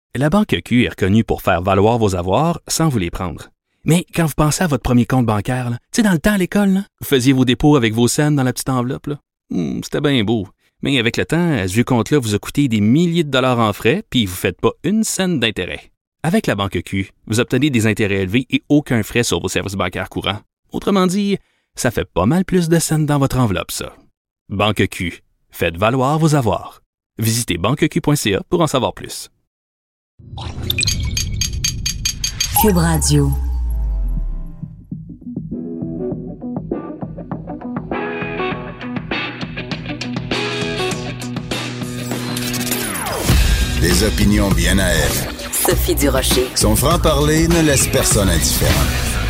La Banque Q est reconnue pour faire valoir vos avoirs sans vous les prendre. Mais quand vous pensez à votre premier compte bancaire, tu sais, dans le temps à l'école, là, vous faisiez vos dépôts avec vos scènes dans la petite enveloppe. Là. C'était bien beau. Mais avec le temps, ce vieux compte-là vous a coûté des milliers de dollars en frais, puis vous ne faites pas une scène d'intérêt. Avec la Banque Q, vous obtenez des intérêts élevés et aucun frais sur vos services bancaires courants. Autrement dit, ça fait pas mal plus de scènes dans votre enveloppe, ça. Banque Q. Faites valoir vos avoirs. Visitez banqueq.ca pour en savoir plus. Cube Radio. Des opinions bien à elle. Sophie Durocher. Son franc-parler ne laisse personne indifférent.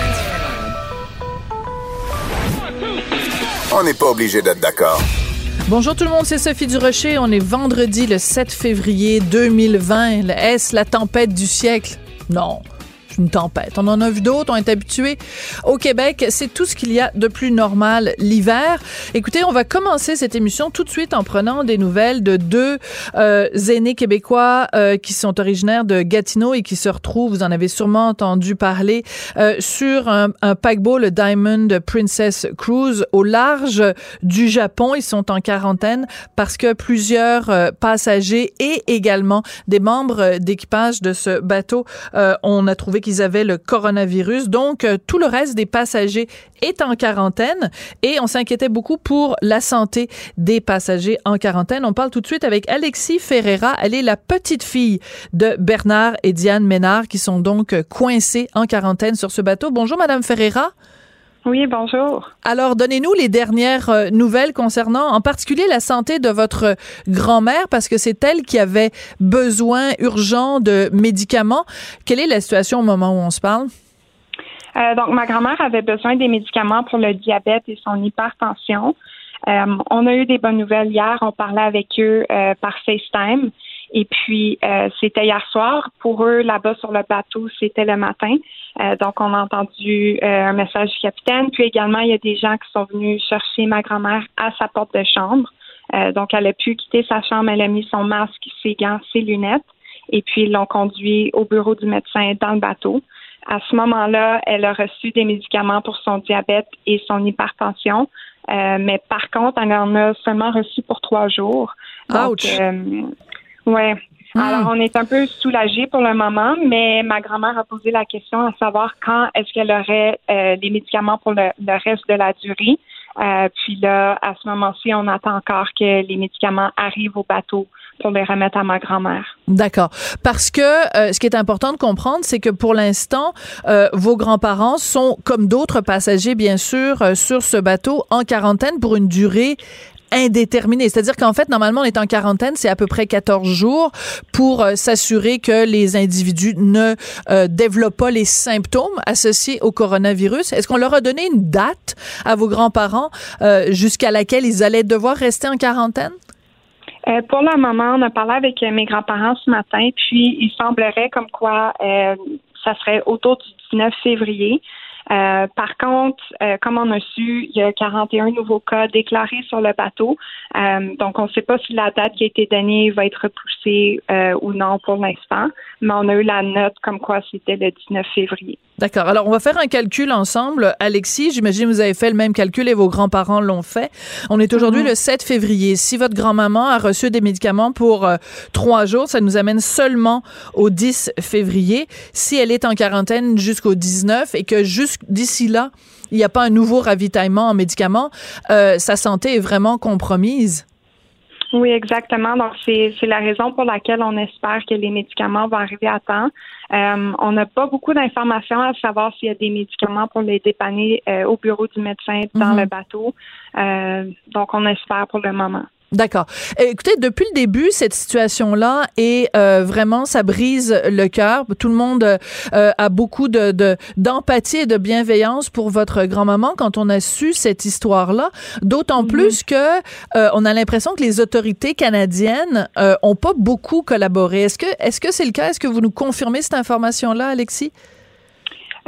On n'est pas obligé d'être d'accord. Bonjour tout le monde, c'est Sophie Durocher. On est vendredi le 7 février 2020. Est-ce la tempête du siècle? Non. Une tempête. On en a vu d'autres, on est habitués. Au Québec, c'est tout ce qu'il y a de plus normal l'hiver. Écoutez, on va commencer cette émission tout de suite en prenant des nouvelles de deux aînés québécois qui sont originaires de Gatineau et qui se retrouvent, vous en avez sûrement entendu parler, sur un paquebot, le Diamond Princess Cruise, au large du Japon. Ils sont en quarantaine parce que plusieurs passagers et également des membres d'équipage de ce bateau, on a trouvé qu'ils avaient le coronavirus. Donc, tout le reste des passagers est en quarantaine et on s'inquiétait beaucoup pour la santé des passagers en quarantaine. On parle tout de suite avec Alexis Ferreira. Elle est la petite fille de Bernard et Diane Ménard qui sont donc coincés en quarantaine sur ce bateau. Bonjour, Madame Ferreira. Oui, bonjour. Alors, donnez-nous les dernières nouvelles concernant en particulier la santé de votre grand-mère parce que c'est elle qui avait besoin urgent de médicaments. Quelle est la situation au moment où on se parle? Donc, ma grand-mère avait besoin des médicaments pour le diabète et son hypertension. On a eu des bonnes nouvelles hier. On parlait avec eux par FaceTime. Et puis, c'était hier soir. Pour eux, là-bas sur le bateau, c'était le matin. Donc, on a entendu un message du capitaine. Puis également, il y a des gens qui sont venus chercher ma grand-mère à sa porte de chambre. Donc, elle a pu quitter sa chambre. Elle a mis son masque, ses gants, ses lunettes. Et puis, ils l'ont conduit au bureau du médecin dans le bateau. À ce moment-là, elle a reçu des médicaments pour son diabète et son hypertension. Mais par contre, elle en a seulement reçu pour 3 jours. Donc, ouais. Alors, on est un peu soulagés pour le moment, mais ma grand-mère a posé la question à savoir quand est-ce qu'elle aurait les médicaments pour le reste de la durée. Puis là, à ce moment-ci, on attend encore que les médicaments arrivent au bateau pour les remettre à ma grand-mère. D'accord. Parce que ce qui est important de comprendre, c'est que pour l'instant, vos grands-parents sont, comme d'autres passagers, bien sûr, sur ce bateau en quarantaine pour une durée indéterminé. C'est-à-dire qu'en fait, normalement, on est en quarantaine, c'est à peu près 14 jours pour s'assurer que les individus ne développent pas les symptômes associés au coronavirus. Est-ce qu'on leur a donné une date à vos grands-parents jusqu'à laquelle ils allaient devoir rester en quarantaine? Pour le moment, on a parlé avec mes grands-parents ce matin, puis il semblerait comme quoi ça serait autour du 19 février. Par contre, comme on a su, il y a 41 nouveaux cas déclarés sur le bateau. Donc, on ne sait pas si la date qui a été donnée va être repoussée ou non pour l'instant, mais on a eu la note comme quoi c'était le 19 février. D'accord. Alors, on va faire un calcul ensemble. Alexis, j'imagine que vous avez fait le même calcul et vos grands-parents l'ont fait. On est aujourd'hui le 7 février. Si votre grand-maman a reçu des médicaments pour 3 jours, ça nous amène seulement au 10 février. Si elle est en quarantaine jusqu'au 19 et que d'ici là, il n'y a pas un nouveau ravitaillement en médicaments, sa santé est vraiment compromise. Oui, exactement. Donc, c'est la raison pour laquelle on espère que les médicaments vont arriver à temps. On n'a pas beaucoup d'informations à savoir s'il y a des médicaments pour les dépanner au bureau du médecin dans le bateau. Donc, on espère pour le moment. D'accord. Écoutez, depuis le début, cette situation-là est vraiment, ça brise le cœur. Tout le monde a beaucoup d'empathie et de bienveillance pour votre grand-maman quand on a su cette histoire-là. D'autant plus que on a l'impression que les autorités canadiennes ont pas beaucoup collaboré. Est-ce que c'est le cas? Est-ce que vous nous confirmez cette information-là, Alexis?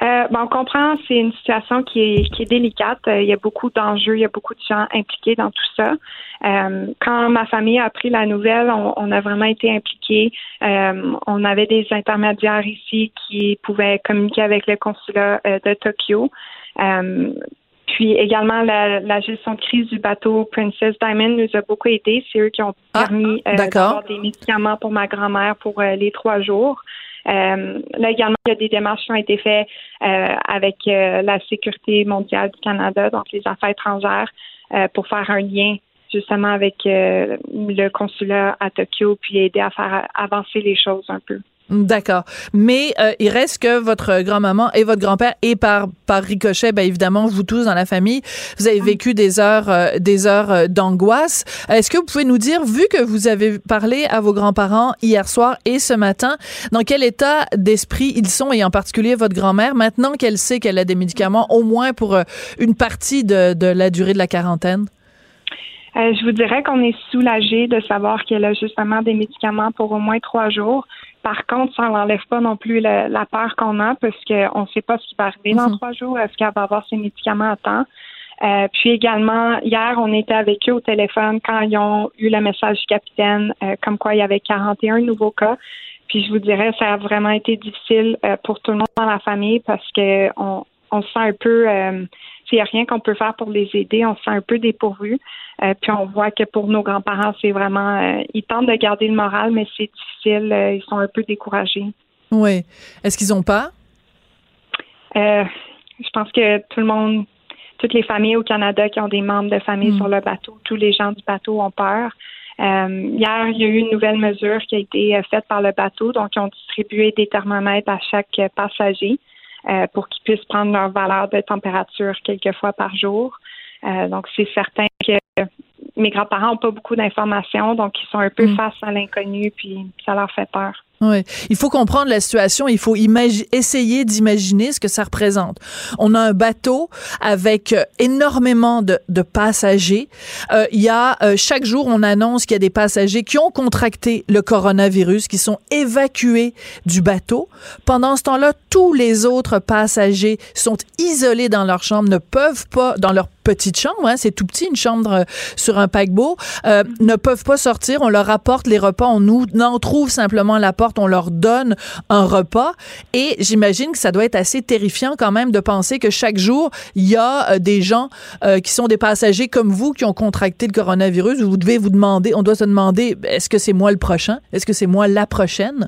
On comprend, c'est une situation qui est délicate. Il y a beaucoup d'enjeux, il y a beaucoup de gens impliqués dans tout ça. Quand ma famille a appris la nouvelle, on a vraiment été impliqués. On avait des intermédiaires ici qui pouvaient communiquer avec le consulat de Tokyo. Puis également, la gestion de crise du bateau Princess Diamond nous a beaucoup aidés. C'est eux qui ont permis d'avoir des médicaments pour ma grand-mère pour les 3 jours. Là également, il y a des démarches qui ont été faites avec la Sécurité mondiale du Canada, donc les affaires étrangères, pour faire un lien justement avec le consulat à Tokyo, puis aider à faire avancer les choses un peu. D'accord. Mais il reste que votre grand-maman et votre grand-père, et par ricochet, bien évidemment, vous tous dans la famille, vous avez vécu des heures d'angoisse. Est-ce que vous pouvez nous dire, vu que vous avez parlé à vos grands-parents hier soir et ce matin, dans quel état d'esprit ils sont, et en particulier votre grand-mère, maintenant qu'elle sait qu'elle a des médicaments, au moins pour une partie de la durée de la quarantaine? Je vous dirais qu'on est soulagé de savoir qu'elle a justement des médicaments pour au moins 3 jours. Par contre, ça n'enlève pas non plus la peur qu'on a, parce qu'on ne sait pas ce qui va arriver dans 3 jours. Est-ce qu'elle va avoir ses médicaments à temps? Puis également, hier, on était avec eux au téléphone quand ils ont eu le message du capitaine, comme quoi il y avait 41 nouveaux cas. Puis je vous dirais, ça a vraiment été difficile pour tout le monde dans la famille, parce que on se sent un peu... s'il n'y a rien qu'on peut faire pour les aider, on se sent un peu dépourvu. Puis on voit que pour nos grands-parents, c'est vraiment... ils tentent de garder le moral, mais c'est difficile. Ils sont un peu découragés. Oui. Est-ce qu'ils ont peur? Je pense que tout le monde, toutes les familles au Canada qui ont des membres de famille sur le bateau, tous les gens du bateau ont peur. Hier, il y a eu une nouvelle mesure qui a été faite par le bateau. Donc, ils ont distribué des thermomètres à chaque passager pour qu'ils puissent prendre leur valeur de température quelques fois par jour. Donc, c'est certain que mes grands-parents n'ont pas beaucoup d'informations, donc ils sont un peu face à l'inconnu, puis ça leur fait peur. Oui. Il faut comprendre la situation. Il faut essayer d'imaginer ce que ça représente. On a un bateau avec énormément de passagers. Il y a chaque jour, on annonce qu'il y a des passagers qui ont contracté le coronavirus, qui sont évacués du bateau. Pendant ce temps-là, tous les autres passagers sont isolés dans leur chambre, ne peuvent pas, dans leur petite chambre, hein, c'est tout petit, une chambre sur un paquebot, ne peuvent pas sortir. On leur apporte les repas, on en trouve simplement à la porte, on leur donne un repas, et j'imagine que ça doit être assez terrifiant quand même de penser que chaque jour, il y a des gens qui sont des passagers comme vous qui ont contracté le coronavirus. Vous devez vous demander, on doit se demander, est-ce que c'est moi le prochain? Est-ce que c'est moi la prochaine?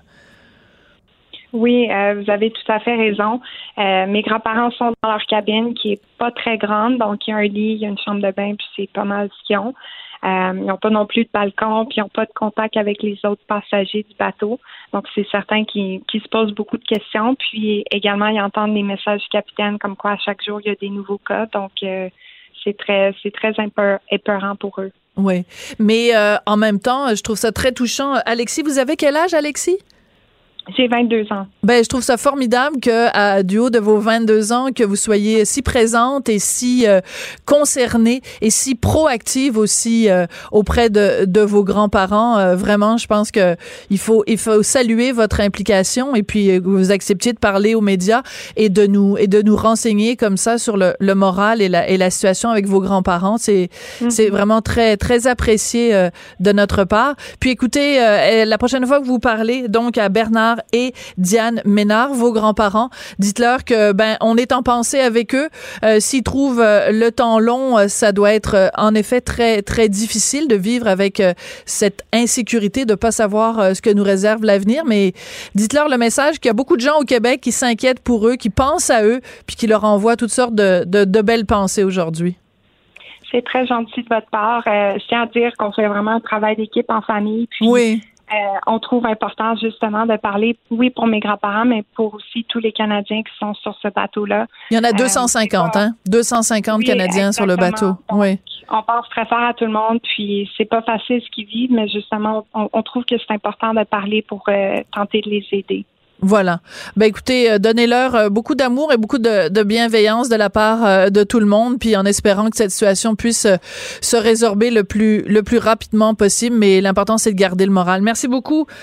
Oui, vous avez tout à fait raison. Mes grands-parents sont dans leur cabine qui est pas très grande, donc il y a un lit, il y a une chambre de bain, puis c'est pas mal ce qu'ils ont. Ils n'ont pas non plus de balcon, puis ils n'ont pas de contact avec les autres passagers du bateau. Donc, c'est certain qu'ils se posent beaucoup de questions. Puis également, ils entendent les messages du capitaine comme quoi à chaque jour, il y a des nouveaux cas. Donc, c'est très épeurant pour eux. Oui, mais en même temps, je trouve ça très touchant. Alexis, vous avez quel âge, Alexis? J'ai 22 ans. Ben, je trouve ça formidable que, du haut de vos 22 ans, que vous soyez si présente et si concernée et si proactive aussi auprès de vos grands-parents. Vraiment, je pense que il faut saluer votre implication, et puis que vous acceptiez de parler aux médias et de nous renseigner comme ça sur le moral et la situation avec vos grands-parents. C'est vraiment très très apprécié de notre part. Puis écoutez, la prochaine fois que vous parlez donc à Bernard et Diane Ménard, vos grands-parents, dites-leur que on est en pensée avec eux. S'ils trouvent le temps long, ça doit être en effet très très difficile de vivre avec cette insécurité de pas savoir ce que nous réserve l'avenir, mais dites-leur le message qu'il y a beaucoup de gens au Québec qui s'inquiètent pour eux, qui pensent à eux, puis qui leur envoient toutes sortes de belles pensées aujourd'hui. C'est très gentil de votre part. Je tiens à dire qu'on fait vraiment un travail d'équipe en famille. Puis oui. On trouve important justement de parler, oui, pour mes grands-parents, mais pour aussi tous les Canadiens qui sont sur ce bateau-là. Il y en a 250, 250 oui, Canadiens sur le bateau. Donc, oui. On pense très fort à tout le monde, puis c'est pas facile ce qu'ils vivent, mais justement, on trouve que c'est important de parler pour tenter de les aider. Voilà. Ben écoutez, donnez-leur beaucoup d'amour et beaucoup de bienveillance de la part de tout le monde, puis en espérant que cette situation puisse se résorber le plus rapidement possible. Mais l'important, c'est de garder le moral. Merci beaucoup.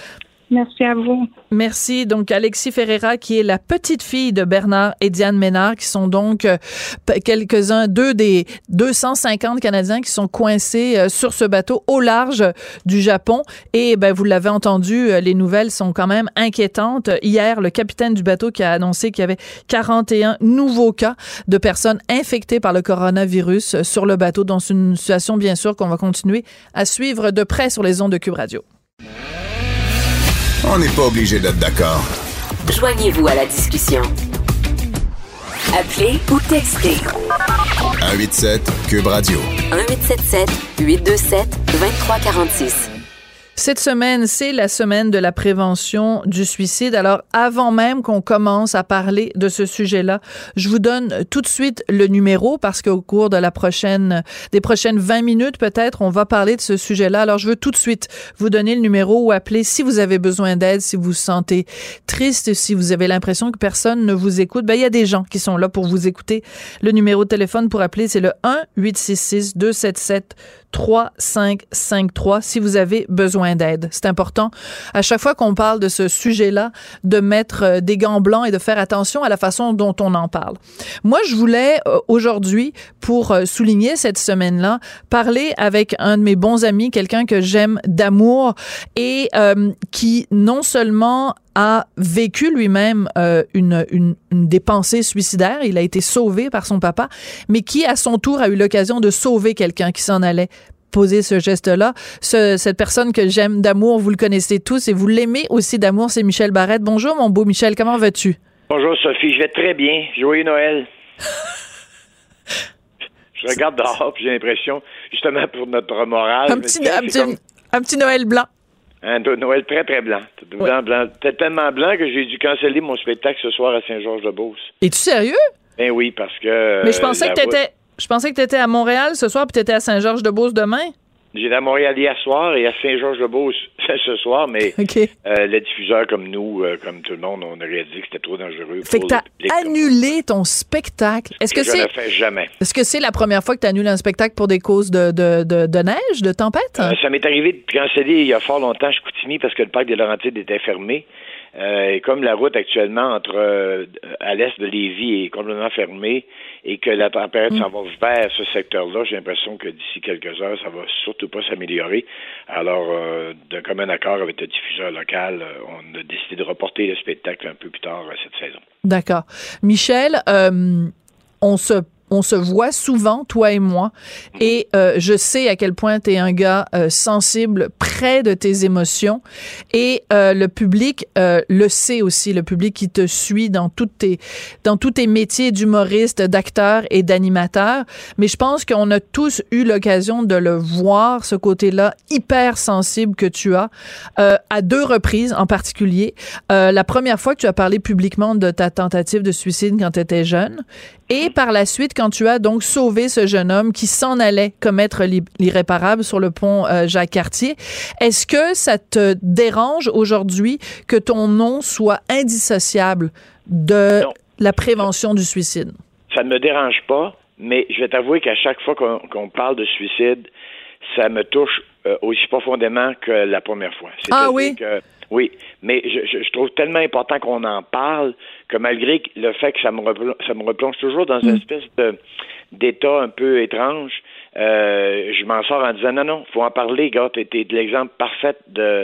Merci à vous. Merci. Donc, Alexis Ferreira, qui est la petite fille de Bernard et Diane Ménard, qui sont donc deux des 250 Canadiens qui sont coincés sur ce bateau au large du Japon. Et vous l'avez entendu, les nouvelles sont quand même inquiétantes. Hier, le capitaine du bateau qui a annoncé qu'il y avait 41 nouveaux cas de personnes infectées par le coronavirus sur le bateau, dans une situation, bien sûr, qu'on va continuer à suivre de près sur les ondes de Cube Radio. On n'est pas obligé d'être d'accord. Joignez-vous à la discussion. Appelez ou textez. 187 Cube Radio. 1877-827-2346. Cette semaine, c'est la semaine de la prévention du suicide. Alors, avant même qu'on commence à parler de ce sujet-là, je vous donne tout de suite le numéro parce qu'au cours de des prochaines 20 minutes, peut-être, on va parler de ce sujet-là. Alors, je veux tout de suite vous donner le numéro ou appeler si vous avez besoin d'aide, si vous vous sentez triste, si vous avez l'impression que personne ne vous écoute. Il y a des gens qui sont là pour vous écouter. Le numéro de téléphone pour appeler, c'est le 1-866-277-3553 si vous avez besoin d'aide. C'est important, à chaque fois qu'on parle de ce sujet-là, de mettre des gants blancs et de faire attention à la façon dont on en parle. Moi, je voulais aujourd'hui, pour souligner cette semaine-là, parler avec un de mes bons amis, quelqu'un que j'aime d'amour et qui non seulement a vécu lui-même des pensées suicidaires, il a été sauvé par son papa, mais qui à son tour a eu l'occasion de sauver quelqu'un qui s'en allait poser ce geste-là. Cette personne que j'aime d'amour, vous le connaissez tous et vous l'aimez aussi d'amour, c'est Michel Barrette. Bonjour mon beau Michel, comment vas-tu? Bonjour Sophie, je vais très bien. Joyeux Noël. Je regarde dehors puis j'ai l'impression, justement pour notre morale... Un petit Noël blanc. Un Noël très, très blanc. Blanc. C'était tellement blanc que j'ai dû canceller mon spectacle ce soir à Saint-Georges-de-Beauce. Es-tu sérieux? Ben oui, parce que... Mais je pensais que t'étais à Montréal ce soir puis t'étais à Saint-Georges-de-Beauce demain. J'étais à Montréal hier soir et à Saint-Georges-de-Beauce ce soir, mais okay. Les diffuseurs comme nous, comme tout le monde, on aurait dit que c'était trop dangereux. Fait que t'as annulé ton spectacle. Je ne le fais jamais. Est-ce que c'est la première fois que tu annules un spectacle pour des causes de neige, de tempête? Ça m'est arrivé de canceller il y a fort longtemps à Chicoutimi parce que le parc des Laurentides était fermé. Et comme la route actuellement entre à l'est de Lévis est complètement fermée et que la température s'en va vers ce secteur-là, j'ai l'impression que d'ici quelques heures, ça va surtout pas s'améliorer. Alors, d'un commun accord avec le diffuseur local, on a décidé de reporter le spectacle un peu plus tard cette saison. D'accord. Michel, on se voit souvent, toi et moi, et je sais à quel point tu es un gars sensible, près de tes émotions, et le public le sait aussi, le public qui te suit dans tous tes métiers d'humoriste, d'acteur et d'animateur, mais je pense qu'on a tous eu l'occasion de le voir, ce côté-là hyper sensible que tu as, à 2 reprises en particulier. La première fois que tu as parlé publiquement de ta tentative de suicide quand tu étais jeune, et par la suite, quand tu as donc sauvé ce jeune homme qui s'en allait commettre l'irréparable sur le pont Jacques-Cartier, est-ce que ça te dérange aujourd'hui que ton nom soit indissociable de la prévention du suicide? Ça ne me dérange pas, mais je vais t'avouer qu'à chaque fois qu'on parle de suicide, ça me touche aussi profondément que la première fois. Ah oui? Oui, mais je trouve tellement important qu'on en parle que malgré le fait que ça me replonge toujours dans une espèce d'état un peu étrange, je m'en sors en disant non, faut en parler, gars, t'es l'exemple parfait t'es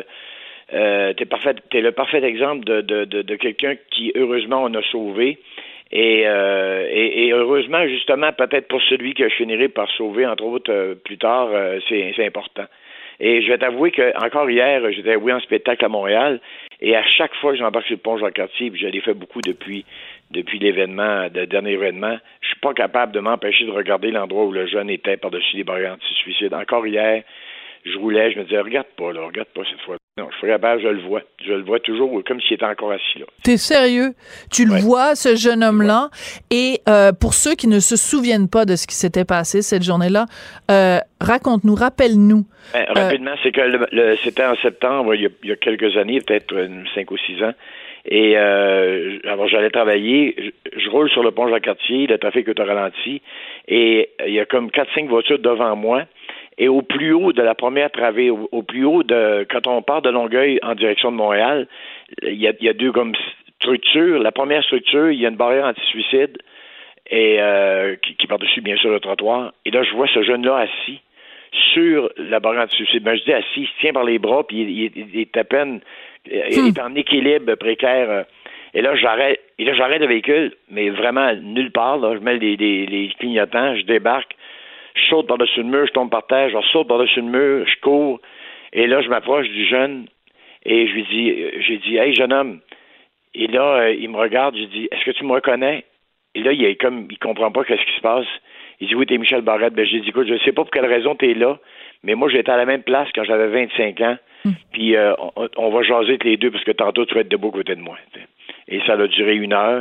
le parfait exemple de quelqu'un qui, heureusement, on a sauvé. Et heureusement, justement, peut-être pour celui que je finirai par sauver, entre autres, plus tard, c'est important. Et je vais t'avouer que encore hier, j'étais en spectacle à Montréal, et à chaque fois que j'embarque sur le pont Jacques-Cartier, puis je l'ai fait beaucoup depuis l'événement, le dernier événement, je suis pas capable de m'empêcher de regarder l'endroit où le jeune était par-dessus les barrières anti-suicide. Encore hier, je roulais, je me disais, regarde pas cette fois. Non, je suis capable, je le vois toujours comme s'il était encore assis là. T'es sérieux? Tu le vois, ce jeune homme-là, et pour ceux qui ne se souviennent pas de ce qui s'était passé cette journée-là, raconte-nous, rappelle-nous. Rapidement, c'est que c'était en septembre, il y a quelques années, peut-être 5 ou 6 ans, et alors j'allais travailler, je roule sur le pont Jacques-Cartier, le trafic est au ralenti, et il y a comme 4-5 voitures devant moi. Et au plus haut de la première travée, au plus haut quand on part de Longueuil en direction de Montréal, il y a deux comme structures. La première structure, il y a une barrière anti-suicide et qui par-dessus, bien sûr, le trottoir. Et là, je vois ce jeune-là assis sur la barrière anti-suicide. Ben, je dis assis, il se tient par les bras, puis il est à peine, il est en équilibre précaire. Et là, j'arrête le véhicule, mais vraiment nulle part. Là, je mets les clignotants, je débarque, je saute par-dessus le mur, je tombe par terre, je saute par-dessus le mur, je cours. Et là, je m'approche du jeune et j'ai dit, hey, jeune homme. Et là, il me regarde, je dis, est-ce que tu me reconnais? Et là, il comprend pas qu'est-ce qui se passe. Il dit, oui, t'es Michel Barrette. Ben, j'ai dit, écoute, je sais pas pour quelle raison t'es là, mais moi, j'étais à la même place quand j'avais 25 ans. Puis, on va jaser tous les deux parce que tantôt, tu vas être debout à côté de moi. Et ça a duré 1 heure.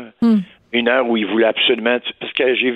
1 heure où il voulait absolument... Parce que j'ai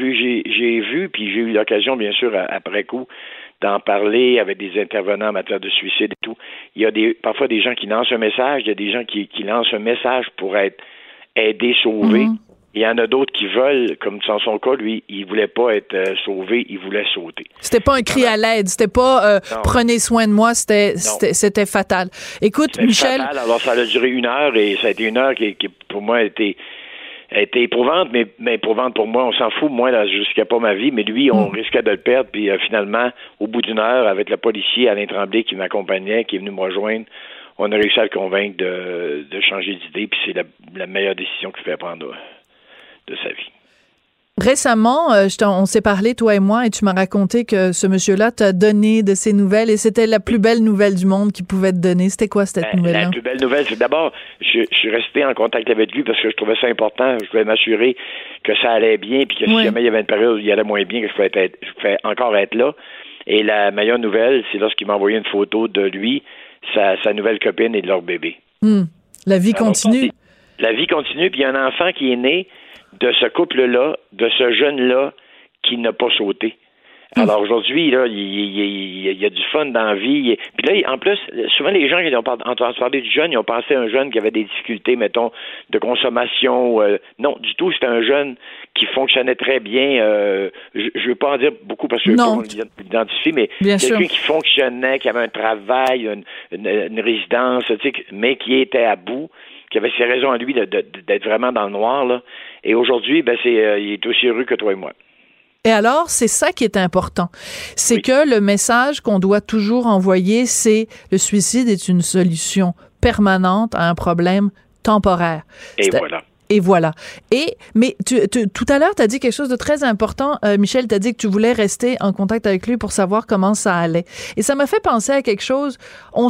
vu, puis j'ai eu l'occasion, bien sûr, après coup, d'en parler avec des intervenants en matière de suicide et tout. Il y a parfois des gens qui lancent un message, il y a des gens qui lancent un message pour être aidés, sauvés. Il y en a d'autres qui veulent, comme dans son cas, lui, il voulait pas être sauvé, il voulait sauter. C'était pas un cri à l'aide, c'était pas prenez soin de moi, c'était fatal. Écoute, Michel... Fatal. Alors, ça a duré 1 heure et ça a été 1 heure qui pour moi, a été éprouvante, mais éprouvante pour moi. On s'en fout, moi, là, je risquais pas ma vie, mais lui, on risquait de le perdre. Puis finalement, au bout d'1 heure, avec le policier Alain Tremblay qui m'accompagnait, qui est venu me rejoindre, on a réussi à le convaincre de changer d'idée, puis c'est la meilleure décision qu'il fait prendre de sa vie. Récemment, on s'est parlé, toi et moi, et tu m'as raconté que ce monsieur-là t'a donné de ses nouvelles et c'était la plus belle nouvelle du monde qu'il pouvait te donner. C'était quoi cette nouvelle-là? La plus belle nouvelle, c'est d'abord, je suis resté en contact avec lui parce que je trouvais ça important. Je voulais m'assurer que ça allait bien puis que si jamais il y avait une période où il allait moins bien, que je pouvais encore être là. Et la meilleure nouvelle, c'est lorsqu'il m'a envoyé une photo de lui, sa nouvelle copine et de leur bébé. La vie continue. La vie continue, puis il y a un enfant qui est né de ce couple-là, de ce jeune-là qui n'a pas sauté. Alors aujourd'hui, là, il y a du fun dans la vie. Puis là, en plus, souvent les gens qui ont entendu parler du jeune, ils ont pensé à un jeune qui avait des difficultés, mettons, de consommation. Non, du tout, c'était un jeune qui fonctionnait très bien. Je veux pas en dire beaucoup parce que on l'identifie, mais quelqu'un qui fonctionnait, qui avait un travail, une résidence, tu sais, mais qui était à bout, qui avait ses raisons à lui d'être vraiment dans le noir, là. Et aujourd'hui, il est aussi heureux que toi et moi. Et alors, c'est ça qui est important. C'est que le message qu'on doit toujours envoyer, c'est le suicide est une solution permanente à un problème temporaire. Et voilà. Mais tout à l'heure, tu as dit quelque chose de très important. Michel, tu as dit que tu voulais rester en contact avec lui pour savoir comment ça allait. Et ça m'a fait penser à quelque chose. On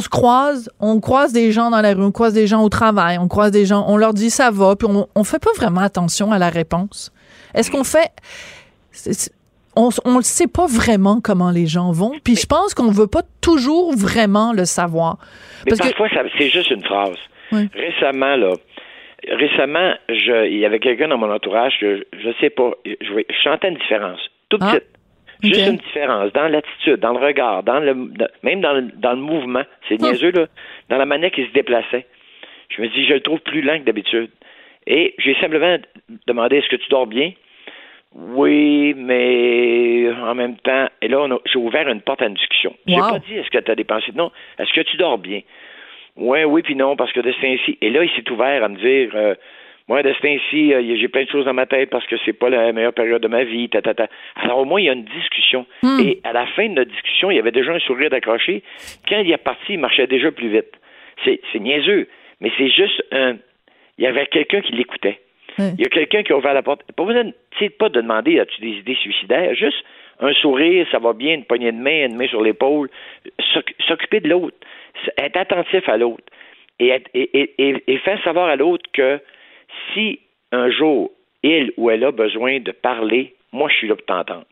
croise des gens dans la rue, on croise des gens au travail, on croise des gens, on leur dit ça va, puis on fait pas vraiment attention à la réponse. Est-ce qu'on fait... On ne sait pas vraiment comment les gens vont, puis je pense qu'on veut pas toujours vraiment le savoir. Mais parfois, c'est juste une phrase. Oui. Récemment, il y avait quelqu'un dans mon entourage que je sais pas, je sentais une différence, tout petite. Juste une différence dans l'attitude, dans le regard, même dans le mouvement. C'est niaiseux, là. Dans la manière qu'il se déplaçait. Je me dis, je le trouve plus lent que d'habitude. Et j'ai simplement demandé, est-ce que tu dors bien? Oui, mais en même temps, et là, j'ai ouvert une porte à une discussion. J'ai pas dit, est-ce que tu as des pensées? Non, est-ce que tu dors bien? Oui, puis non, parce que de ce temps-ci. Et là, il s'est ouvert à me dire, moi, de ce temps-ci, j'ai plein de choses dans ma tête parce que c'est pas la meilleure période de ma vie. Alors, au moins, il y a une discussion. Et à la fin de notre discussion, il y avait déjà un sourire d'accroché. Quand il est parti, il marchait déjà plus vite. C'est niaiseux, mais c'est juste il y avait quelqu'un qui l'écoutait. Il y a quelqu'un qui a ouvert la porte. Pas besoin, pas de demander, as-tu des idées suicidaires? Juste un sourire, ça va bien, une poignée de main, une main sur l'épaule. S'occuper de l'autre. Être attentif à l'autre. Et faire savoir à l'autre que si un jour, il ou elle a besoin de parler, moi, je suis là pour t'entendre.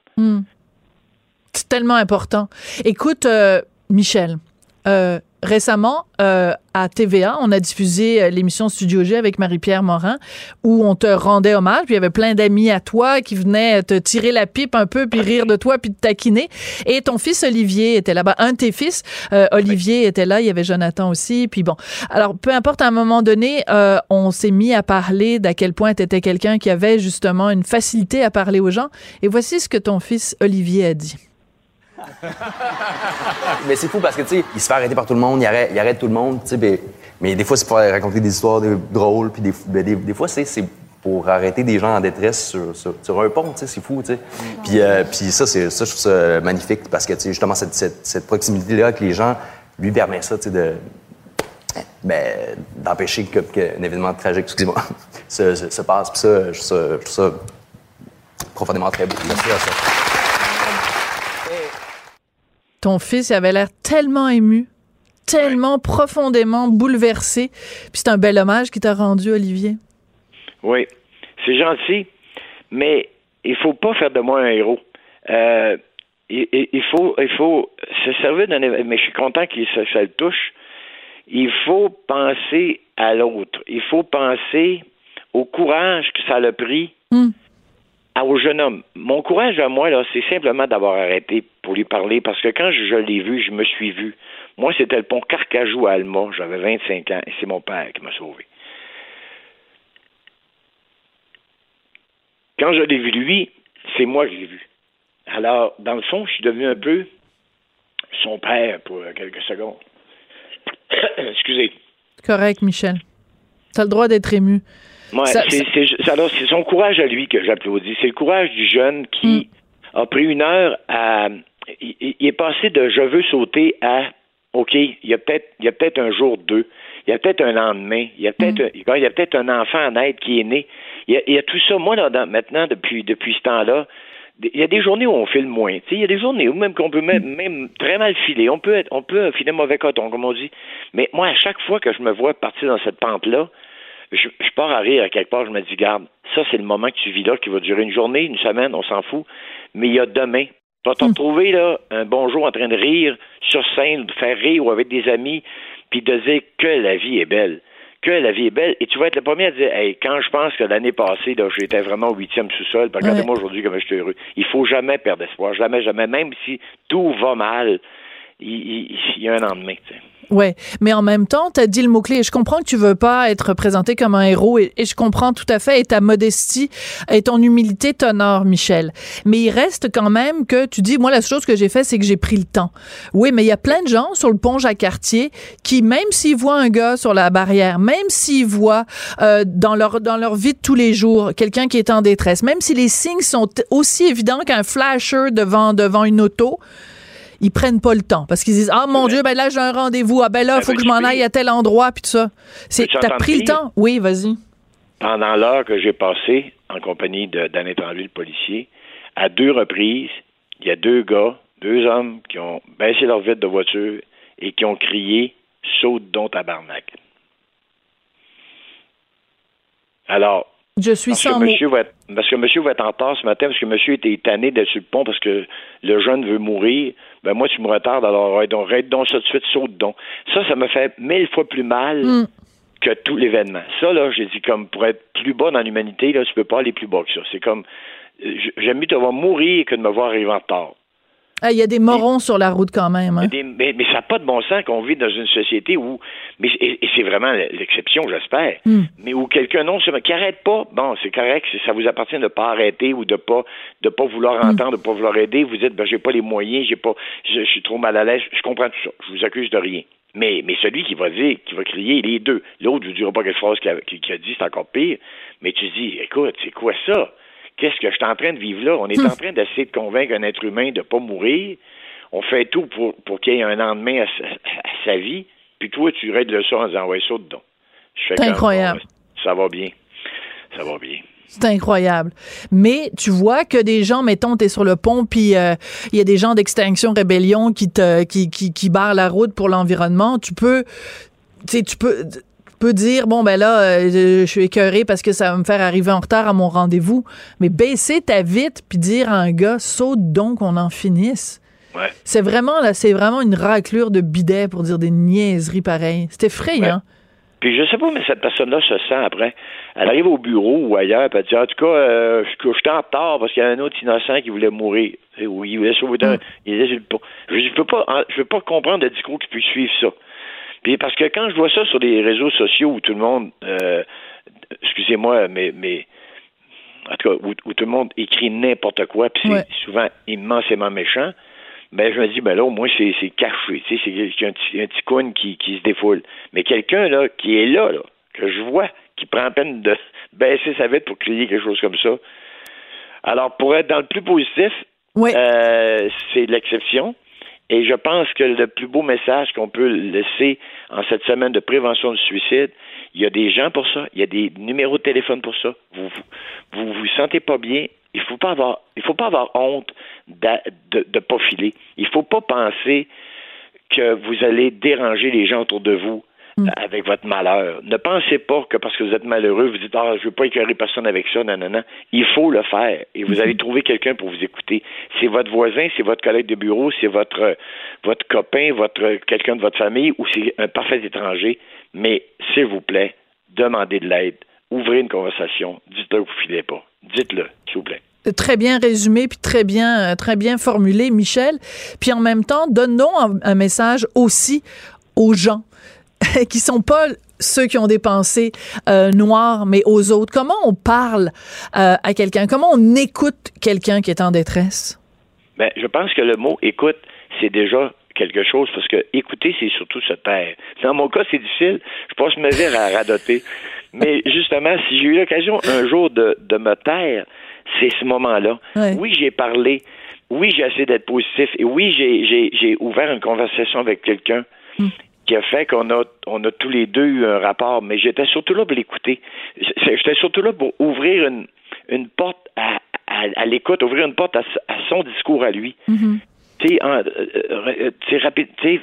C'est tellement important. Écoute, Michel, récemment, à TVA, on a diffusé l'émission Studio G avec Marie-Pierre Morin, où on te rendait hommage, puis il y avait plein d'amis à toi qui venaient te tirer la pipe un peu, puis rire de toi, puis te taquiner. Et ton fils Olivier était là-bas. Un de tes fils, Olivier, était là. Il y avait Jonathan aussi. Puis bon, alors peu importe, à un moment donné, on s'est mis à parler d'à quel point t'étais quelqu'un qui avait justement une facilité à parler aux gens. Et voici ce que ton fils Olivier a dit. Mais c'est fou parce que, tu sais, il se fait arrêter par tout le monde, il arrête tout le monde, tu sais, mais des fois, c'est pour raconter des histoires drôles, puis des fois, c'est pour arrêter des gens en détresse sur un pont, tu sais, c'est fou, tu sais. Puis ça, je trouve ça magnifique parce que, tu sais, justement, cette proximité-là avec les gens lui permet ça, tu sais, d'empêcher qu'un événement tragique, excusez-moi, se passe. Puis ça, je trouve ça profondément très beau. Merci à ça. Ton fils, il avait l'air tellement ému, tellement profondément bouleversé. Puis c'est un bel hommage qu'il t'a rendu, Olivier. Oui, c'est gentil, mais il faut pas faire de moi un héros. Il faut se servir d'un événement, mais je suis content que ça le touche. Il faut penser à l'autre. Il faut penser au courage que ça a pris au jeune homme. Mon courage à moi, là, c'est simplement d'avoir arrêté pour lui parler, parce que quand je l'ai vu, je me suis vu. Moi, c'était le pont Carcajou à Alma. J'avais 25 ans et c'est mon père qui m'a sauvé. Quand je l'ai vu, lui, c'est moi que je l'ai vu. Alors, dans le fond, je suis devenu un peu son père pour quelques secondes. Excusez. Correct, Michel. T'as le droit d'être ému. Ouais, c'est son courage à lui que j'applaudis. C'est le courage du jeune qui a pris une heure à... Il est passé de « je veux sauter » à « OK, il y a peut-être un jour 2, il y a peut-être un lendemain, il y a peut-être un enfant à naître qui est né. Il y a tout ça. Moi, là, maintenant, depuis ce temps-là, il y a des journées où on file moins. Il y a des journées où même qu'on peut même très mal filer. On peut filer mauvais coton, comme on dit. Mais moi, à chaque fois que je me vois partir dans cette pente-là, je pars à rire à quelque part. Je me dis, garde, ça, c'est le moment que tu vis là, qui va durer une journée, une semaine, on s'en fout. Mais il y a demain. Tu vas te retrouver là, un bon jour en train de rire sur scène, de faire rire ou avec des amis, puis de dire que la vie est belle. Que la vie est belle. Et tu vas être le premier à dire, hey, quand je pense que l'année passée, là, j'étais vraiment au 8e sous-sol, puis regardez-moi aujourd'hui comme je suis heureux. Il faut jamais perdre espoir. Jamais, jamais. Même si tout va mal, il y a un lendemain, tu sais. Ouais, mais en même temps, t'as dit le mot-clé. Je comprends que tu veux pas être présenté comme un héros et je comprends tout à fait, et ta modestie et ton humilité t'honorent, Michel. Mais il reste quand même que tu dis, moi, la chose que j'ai fait, c'est que j'ai pris le temps. Oui, mais il y a plein de gens sur le pont Jacques-Cartier qui, même s'ils voient un gars sur la barrière, même s'ils voient dans leur vie de tous les jours quelqu'un qui est en détresse, même si les signes sont aussi évidents qu'un flasher devant une auto, ils prennent pas le temps parce qu'ils disent, ah mon Dieu, ben là j'ai un rendez-vous, ah ben là il faut que je m'en aille à tel endroit, puis tout ça. T'as pris le temps? Oui, vas-y. Pendant l'heure que j'ai passée en compagnie d'Anne Étranglé, le policier, à 2 reprises, il y a 2 gars, 2 hommes qui ont baissé leur vitre de voiture et qui ont crié « Saute donc tabarnak ». Alors, je suis sans mots. Parce que monsieur va être en retard ce matin, parce que monsieur était tanné d'être sur le pont parce que le jeune veut mourir. Ben moi, tu me retardes, alors arrête donc ça tout de suite, saute donc. Ça me fait 1000 fois plus mal que tout l'événement. Ça, là, j'ai dit, comme pour être plus bas dans l'humanité, là, tu peux pas aller plus bas que ça. C'est comme, j'aime mieux te voir mourir que de me voir arriver en retard. Il y a des morons sur la route quand même. Hein? Mais ça n'a pas de bon sens qu'on vit dans une société où... Et c'est vraiment l'exception, j'espère. Mais où quelqu'un qui n'arrête pas, bon, c'est correct, ça vous appartient de ne pas arrêter ou de pas vouloir entendre, de ne pas vouloir aider. Vous dites, j'ai pas les moyens, je suis trop mal à l'aise. Je comprends tout ça. Je vous accuse de rien. Mais celui qui va dire, qui va crier, les deux. L'autre, je ne dirai pas quelque chose qu'il a dit, c'est encore pire. Mais tu dis, écoute, c'est quoi ça? Qu'est-ce que je suis en train de vivre là? On est en train d'essayer de convaincre un être humain de ne pas mourir. On fait tout pour qu'il y ait un lendemain à sa vie. Puis toi, tu règles le ça en disant, ouais, saute donc. C'est incroyable. Ça va bien. Ça va bien. C'est incroyable. Mais tu vois que des gens, mettons, t'es sur le pont, puis il y a des gens d'Extinction Rébellion qui barrent la route pour l'environnement. Tu peux dire, bon, ben là, je suis écœuré parce que ça va me faire arriver en retard à mon rendez-vous. Mais baisser ta vitre puis dire à un gars, saute donc, on en finisse. Ouais. C'est vraiment une raclure de bidet pour dire des niaiseries pareilles. C'est effrayant. Ouais. Puis je sais pas, mais cette personne-là se sent après. Elle arrive au bureau ou ailleurs, puis elle dit, en tout cas, je suis en retard parce qu'il y a un autre innocent qui voulait mourir. Oui, il voulait sauver il pont. Je veux pas comprendre le discours qui puisse suivre ça. Puis parce que quand je vois ça sur les réseaux sociaux où tout le monde, excusez-moi, mais en tout cas, où tout le monde écrit n'importe quoi, puis c'est souvent immensément méchant, ben je me dis, ben là, au moins, c'est caché. Tu sais, c'est un petit coin qui se défoule. Mais quelqu'un, là, qui est là, que je vois, qui prend la peine de baisser sa vitre pour crier quelque chose comme ça. Alors, pour être dans le plus positif, oui. C'est l'exception. Et je pense que le plus beau message qu'on peut laisser en cette semaine de prévention du suicide, il y a des gens pour ça, il y a des numéros de téléphone pour ça. Vous sentez pas bien, il faut pas avoir honte de pas filer. Il faut pas penser que vous allez déranger les gens autour de vous avec votre malheur. Ne pensez pas que parce que vous êtes malheureux, vous dites « Ah, je veux pas écœurer personne avec ça, non. » Il faut le faire. Et vous allez trouver quelqu'un pour vous écouter. C'est votre voisin, c'est votre collègue de bureau, c'est votre copain, quelqu'un de votre famille ou c'est un parfait étranger. Mais, s'il vous plaît, demandez de l'aide. Ouvrez une conversation. Dites-le que vous ne filez pas. Dites-le, s'il vous plaît. Très bien résumé, puis très bien formulé, Michel. Puis en même temps, donnons un message aussi aux gens qui sont pas ceux qui ont des pensées noires, mais aux autres. Comment on parle à quelqu'un? Comment on écoute quelqu'un qui est en détresse? Ben, je pense que le mot « écoute », c'est déjà quelque chose, parce que écouter, c'est surtout se taire. Dans mon cas, c'est difficile. Je pense me dire à radoter. Mais justement, si j'ai eu l'occasion un jour de me taire, c'est ce moment-là. Ouais. Oui, j'ai parlé. Oui, j'ai essayé d'être positif. Et oui, j'ai ouvert une conversation avec quelqu'un qui a fait qu'on a tous les deux eu un rapport, mais j'étais surtout là pour l'écouter. J'étais surtout là pour ouvrir une porte à l'écoute, ouvrir une porte à son discours à lui. Tu sais, rapide, tu sais,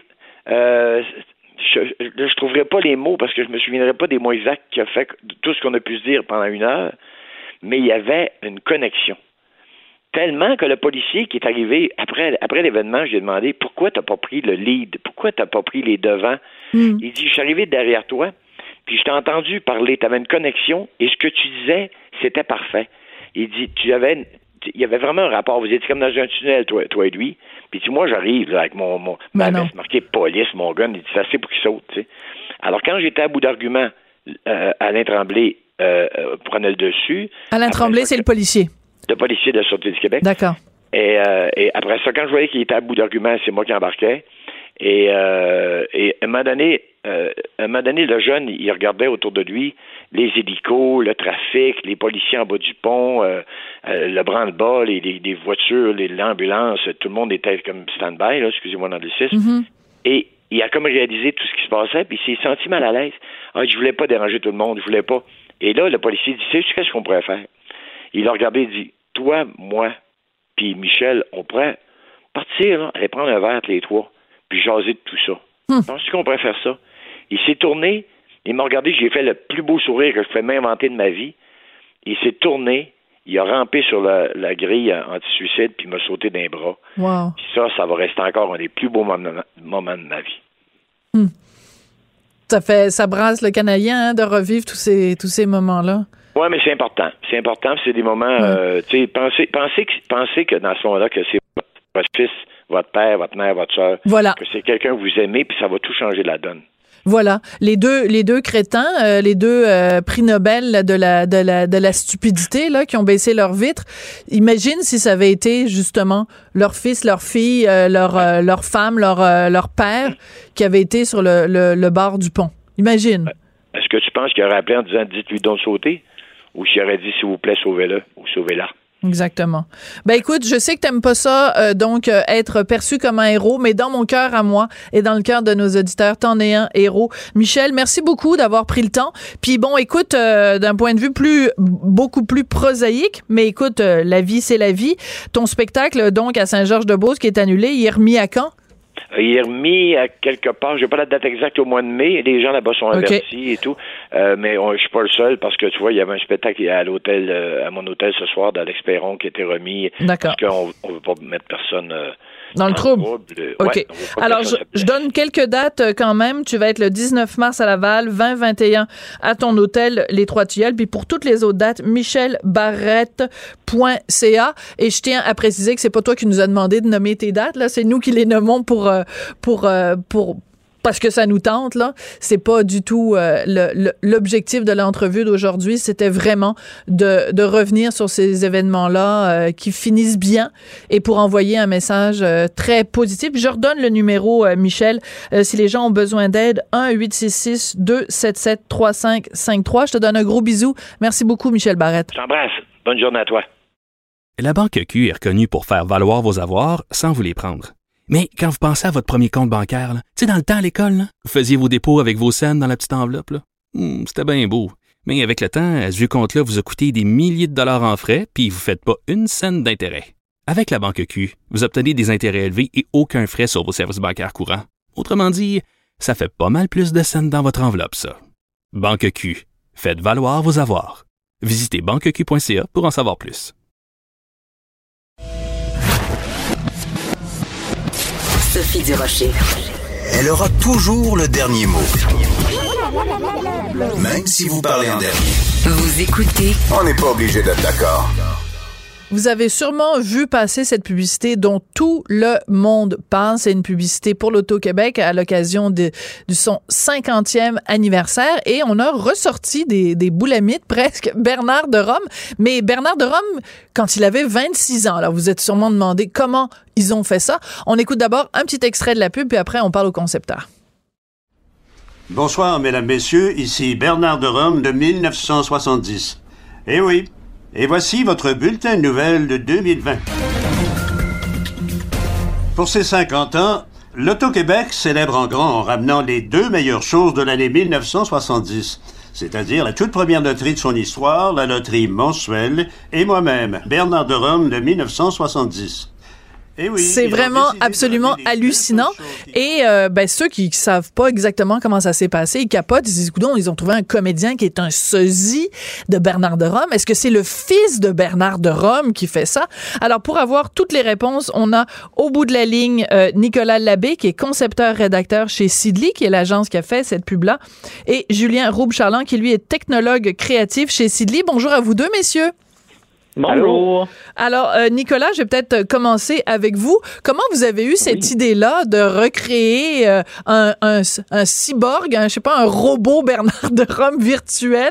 je trouverais pas les mots parce que je me souviendrais pas des mots exacts qui a fait tout ce qu'on a pu se dire pendant 1 heure, mais il y avait une connexion. Tellement que le policier qui est arrivé après l'événement, j'ai demandé pourquoi t'as pas pris le lead, pourquoi t'as pas pris les devants. Il dit, je suis arrivé derrière toi, puis je t'ai entendu parler, t'avais une connexion, et ce que tu disais, c'était parfait. Il dit, il y avait vraiment un rapport, vous étiez comme dans un tunnel, toi et lui, puis moi j'arrive là, avec mon veste marqué police, mon gun, il dit, c'est assez pour qu'il saute, tu sais. Alors quand j'étais à bout d'arguments, Alain Tremblay prenait le dessus. Alain Tremblay, c'est le policier. Le policier de la Sûreté du Québec. D'accord. Et après ça, quand je voyais qu'il était à bout d'arguments, c'est moi qui embarquais. Et à un moment donné, le jeune, il regardait autour de lui les hélicos, le trafic, les policiers en bas du pont, le branle-bas, les voitures, l'ambulance, tout le monde était comme stand-by, là, excusez-moi l'anglicisme. Et il a comme réalisé tout ce qui se passait, puis il s'est senti mal à l'aise. Ah, je voulais pas déranger tout le monde, je voulais pas. Et là, le policier dit, sais-tu qu'est-ce qu'on pourrait faire? Il a regardé et dit, toi, moi, puis Michel, on pourrait partir, là, aller prendre un verre tous les trois, puis jaser de tout ça. Penses-tu qu'on pourrait faire ça? Il s'est tourné, il m'a regardé, j'ai fait le plus beau sourire que je pouvais m'inventer de ma vie. Il s'est tourné, il a rampé sur la grille anti-suicide, puis il m'a sauté d'un bras. Wow. Puis ça va rester encore un des plus beaux moments de ma vie. Ça brasse le Canadien de revivre tous ces moments-là. Oui, mais c'est important. C'est des moments, tu sais, pensez que dans ce moment-là, que c'est votre fils, votre père, votre mère, votre soeur, que c'est quelqu'un que vous aimez, puis ça va tout changer la donne. Voilà, les deux crétins, les deux prix Nobel de la stupidité là qui ont baissé leur vitre. Imagine si ça avait été justement leur fils, leur fille, leur femme, leur père qui avait été sur le bord du pont. Imagine. Est-ce que tu penses qu'il aurait appelé en disant dites-lui donc sauter, ou s'il aurait dit s'il vous plaît sauvez-le ou sauvez-la? Exactement. Ben écoute, je sais que t'aimes pas ça, donc être perçu comme un héros, mais dans mon cœur à moi et dans le cœur de nos auditeurs, t'en es un héros. Michel, merci beaucoup d'avoir pris le temps. Puis bon, écoute, d'un point de vue beaucoup plus prosaïque, mais écoute, la vie c'est la vie. Ton spectacle donc à Saint-Georges-de-Beauce qui est annulé, il est remis à quand? Il est remis à quelque part, j'ai pas la date exacte, au mois de mai. Les gens là-bas sont avertis et tout. Mais je suis pas le seul parce que tu vois, il y avait un spectacle à l'hôtel, à mon hôtel ce soir, dans l'Expéron, qui était remis. D'accord. Parce qu'on veut pas mettre personne dans le trouble. OK. Ouais, alors, je donne quelques dates quand même. Tu vas être le 19 mars à Laval, 20-21 à ton hôtel Les Trois-Tilleuls. Puis pour toutes les autres dates, michelbarrette.ca. Et je tiens à préciser que c'est pas toi qui nous a demandé de nommer tes dates. Là, c'est nous qui les nommons pour parce que ça nous tente, là. C'est pas du tout l'objectif de l'entrevue d'aujourd'hui. C'était vraiment de revenir sur ces événements-là qui finissent bien et pour envoyer un message très positif. Je redonne le numéro, Michel, si les gens ont besoin d'aide, 1-866-277-3553. Je te donne un gros bisou. Merci beaucoup, Michel Barrette. Je t'embrasse. Bonne journée à toi. La Banque Q est reconnue pour faire valoir vos avoirs sans vous les prendre. Mais quand vous pensez à votre premier compte bancaire, tu sais, dans le temps à l'école, là, vous faisiez vos dépôts avec vos scènes dans la petite enveloppe. Là. C'était bien beau. Mais avec le temps, ce vieux compte-là vous a coûté des milliers de dollars en frais, puis vous ne faites pas une scène d'intérêt. Avec la Banque Q, vous obtenez des intérêts élevés et aucun frais sur vos services bancaires courants. Autrement dit, ça fait pas mal plus de scènes dans votre enveloppe, ça. Banque Q. Faites valoir vos avoirs. Visitez banqueq.ca pour en savoir plus. Sophie Durocher. Elle aura toujours le dernier mot. Même si vous parlez en dernier. Vous écoutez. On n'est pas obligé d'être d'accord. Vous avez sûrement vu passer cette publicité dont tout le monde parle. C'est une publicité pour l'Auto-Québec à l'occasion de son 50e anniversaire. Et on a ressorti des boulamites presque, Bernard de Rome. Mais Bernard de Rome, quand il avait 26 ans, alors vous êtes sûrement demandé comment ils ont fait ça. On écoute d'abord un petit extrait de la pub, puis après on parle au concepteur. Bonsoir, mesdames, messieurs. Ici Bernard de Rome de 1970. Eh oui. Et voici votre bulletin de nouvelles de 2020. Pour ses 50 ans, l'Auto-Québec célèbre en grand en ramenant les 2 meilleures choses de l'année 1970, c'est-à-dire la toute première loterie de son histoire, la loterie mensuelle, et moi-même, Bernard de Rome de 1970. Eh oui, c'est vraiment absolument hallucinant. Et ceux qui savent pas exactement comment ça s'est passé, ils capotent, ils disent, coudonc, ils ont trouvé un comédien qui est un sosie de Bernard de Rome. Est-ce que c'est le fils de Bernard de Rome qui fait ça? Alors, pour avoir toutes les réponses, on a au bout de la ligne Nicolas Labbé, qui est concepteur-rédacteur chez Sidley, qui est l'agence qui a fait cette pub-là, et Julien Roube-Charland, qui lui est technologue créatif chez Sidley. Bonjour à vous deux, messieurs. Bonjour. Alors, Nicolas, je vais peut-être commencer avec vous. Comment vous avez eu cette idée-là de recréer un cyborg, un robot Bernard de Rome virtuel?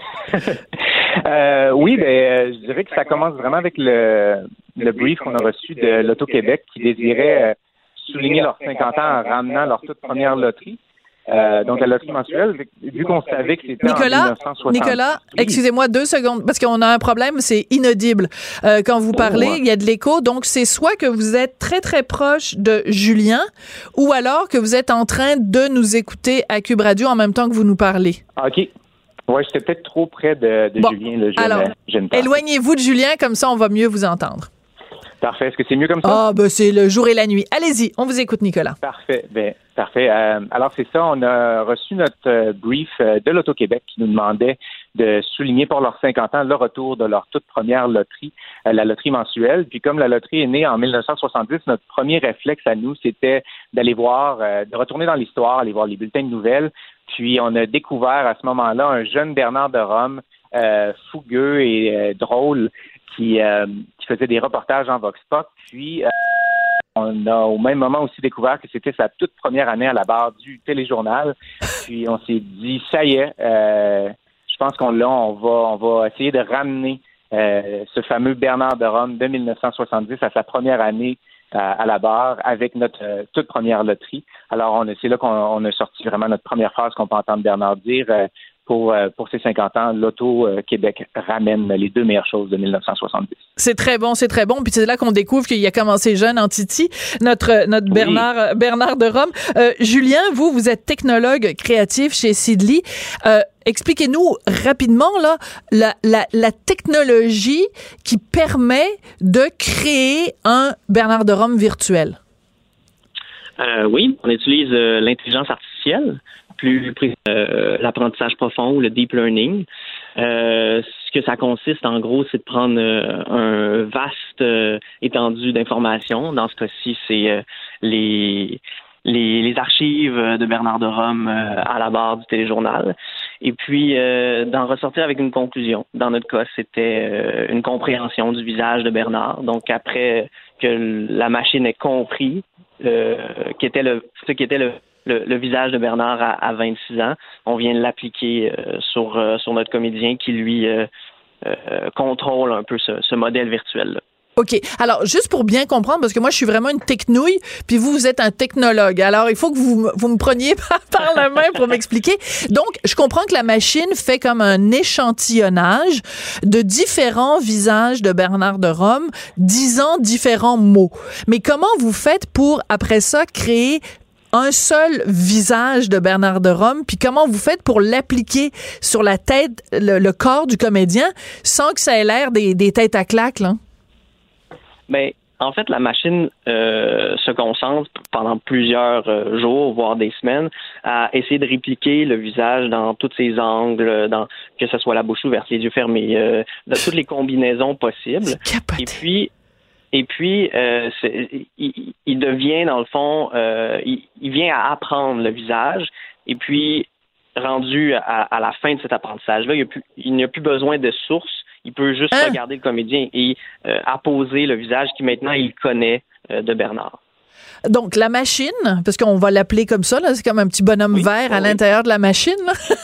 Je dirais que ça commence vraiment avec le brief qu'on a reçu de l'Auto-Québec qui désirait souligner leurs 50 ans en ramenant leur toute première loterie. Donc, la loterie mensuelle, vu qu'on savait que c'était en 1960. Nicolas, excusez-moi 2 secondes, parce qu'on a un problème, c'est inaudible. Quand vous parlez, il y a de l'écho, donc c'est soit que vous êtes très, très proche de Julien, ou alors que vous êtes en train de nous écouter à Cube Radio en même temps que vous nous parlez. OK. Ouais, j'étais peut-être trop près de Julien. Le jeune, alors, éloignez-vous de Julien, comme ça on va mieux vous entendre. Parfait. Est-ce que c'est mieux comme ça? C'est le jour et la nuit. Allez-y, on vous écoute, Nicolas. Parfait. Parfait. Alors, c'est ça. On a reçu notre brief de l'Auto-Québec qui nous demandait de souligner pour leurs 50 ans le retour de leur toute première loterie, la loterie mensuelle. Puis, comme la loterie est née en 1970, notre premier réflexe à nous, c'était d'aller voir, de retourner dans l'histoire, aller voir les bulletins de nouvelles. Puis, on a découvert à ce moment-là un jeune Bernard de Rome, fougueux et drôle, qui faisait des reportages en Vox Pop. Puis, on a au même moment aussi découvert que c'était sa toute première année à la barre du téléjournal. Puis, on s'est dit, ça y est, je pense on va essayer de ramener ce fameux Bernard de Rome de 1970 à sa première année à la barre avec notre toute première loterie. Alors, c'est là qu'on a sorti vraiment notre première phrase qu'on peut entendre Bernard dire. Pour ses 50 ans, l'Auto-Québec ramène les 2 meilleures choses de 1970. C'est très bon. Puis c'est là qu'on découvre qu'il a commencé jeune en Titi, notre Bernard de Rome. Julien, vous êtes technologue créatif chez Sidley. Expliquez-nous rapidement la technologie qui permet de créer un Bernard de Rome virtuel. Oui, on utilise l'intelligence artificielle, plus l'apprentissage profond ou le deep learning. Ce que ça consiste, en gros, c'est de prendre un vaste étendue d'informations. Dans ce cas-ci, c'est les archives de Bernard de Rome à la barre du téléjournal. Et puis, d'en ressortir avec une conclusion. Dans notre cas, c'était une compréhension du visage de Bernard. Donc, après que la machine ait compris ce qu'était le le visage de Bernard à 26 ans. On vient de l'appliquer sur notre comédien qui, lui, contrôle un peu ce modèle virtuel-là. OK. Alors, juste pour bien comprendre, parce que moi, je suis vraiment une technouille, puis vous êtes un technologue. Alors, il faut que vous me preniez par la main pour m'expliquer. Donc, je comprends que la machine fait comme un échantillonnage de différents visages de Bernard de Rome, disant différents mots. Mais comment vous faites pour, après ça, créer un seul visage de Bernard de Rome, puis comment vous faites pour l'appliquer sur la tête, le corps du comédien, sans que ça ait l'air des têtes à claques, là? Ben, en fait, la machine se concentre pendant plusieurs jours, voire des semaines, à essayer de répliquer le visage dans tous ses angles, que ce soit la bouche ouverte, les yeux fermés, dans toutes les combinaisons possibles. Et puis, il devient, dans le fond, il vient à apprendre le visage. Et puis, rendu à la fin de cet apprentissage-là, il n'y a plus besoin de source. Il peut juste regarder le comédien et apposer le visage qui maintenant il connaît de Bernard. Donc la machine, parce qu'on va l'appeler comme ça, là, c'est comme un petit bonhomme vert à l'intérieur de la machine.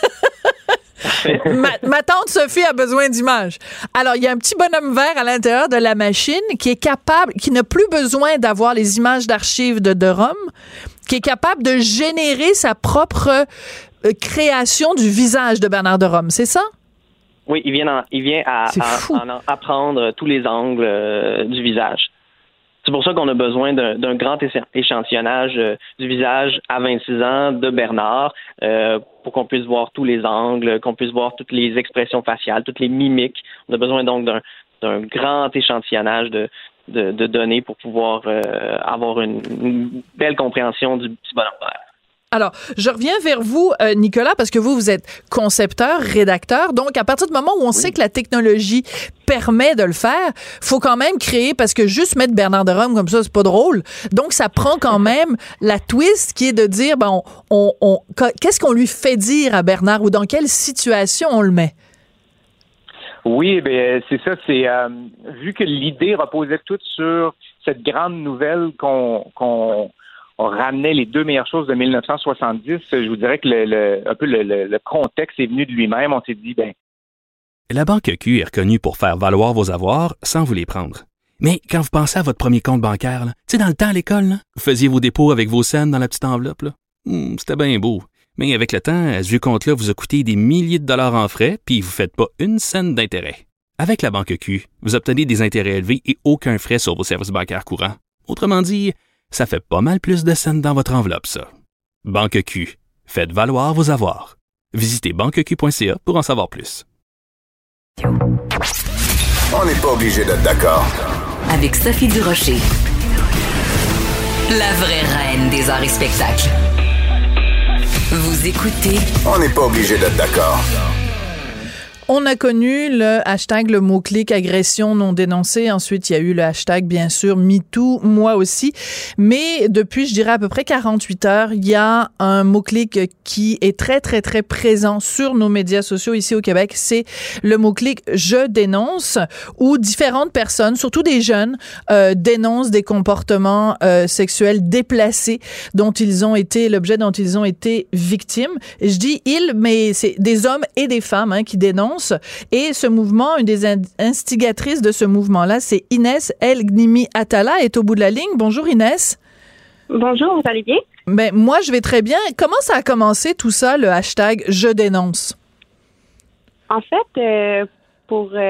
Ma tante Sophie a besoin d'images. Alors, il y a un petit bonhomme vert à l'intérieur de la machine qui est capable, qui n'a plus besoin d'avoir les images d'archives de Rome, qui est capable de générer sa propre création du visage de Bernard de Rome, c'est ça? Oui, il vient à apprendre tous les angles du visage. C'est pour ça qu'on a besoin d'un grand échantillonnage du visage à 26 ans de Bernard pour qu'on puisse voir tous les angles, qu'on puisse voir toutes les expressions faciales, toutes les mimiques. On a besoin donc d'un grand échantillonnage de données pour pouvoir avoir une belle compréhension du petit bonhomme vert. Alors, je reviens vers vous, Nicolas, parce que vous êtes concepteur, rédacteur. Donc, à partir du moment où on sait que la technologie permet de le faire, faut quand même créer, parce que juste mettre Bernard de Rome comme ça, c'est pas drôle. Donc, ça prend quand même la twist qui est de dire, ben, qu'est-ce qu'on lui fait dire à Bernard ou dans quelle situation on le met? Oui, ben c'est ça. C'est vu que l'idée reposait toute sur cette grande nouvelle qu'on ramenait les deux meilleures choses de 1970. Je vous dirais que le contexte est venu de lui-même. On s'est dit, La Banque Q est reconnue pour faire valoir vos avoirs sans vous les prendre. Mais quand vous pensez à votre premier compte bancaire, tu sais, dans le temps à l'école, là, vous faisiez vos dépôts avec vos scènes dans la petite enveloppe. C'était bien beau. Mais avec le temps, ce vieux compte-là vous a coûté des milliers de dollars en frais, puis vous ne faites pas une scène d'intérêt. Avec la Banque Q, vous obtenez des intérêts élevés et aucun frais sur vos services bancaires courants. Autrement dit, ça fait pas mal plus de scènes dans votre enveloppe, ça. Banque Q. Faites valoir vos avoirs. Visitez banqueq.ca pour en savoir plus. On n'est pas obligé d'être d'accord. Avec Sophie Durocher. La vraie reine des arts et spectacles. Vous écoutez. On n'est pas obligé d'être d'accord. On a connu le hashtag, le mot-clic agression non dénoncée. Ensuite, il y a eu le hashtag, bien sûr, MeToo, moi aussi. Mais depuis, je dirais à peu près 48 heures, il y a un mot-clic qui est très, très, très présent sur nos médias sociaux ici au Québec. C'est le mot-clic « Je dénonce » où différentes personnes, surtout des jeunes, dénoncent des comportements sexuels déplacés l'objet dont ils ont été victimes. Et je dis « ils », mais c'est des hommes et des femmes qui dénoncent. Et ce mouvement, une des instigatrices de ce mouvement-là, c'est Inès El-Gnimi-Atala, est au bout de la ligne. Bonjour Inès. Bonjour, vous allez bien? Ben, moi, je vais très bien. Comment ça a commencé tout ça, le hashtag « Je dénonce » ? En fait, pour vous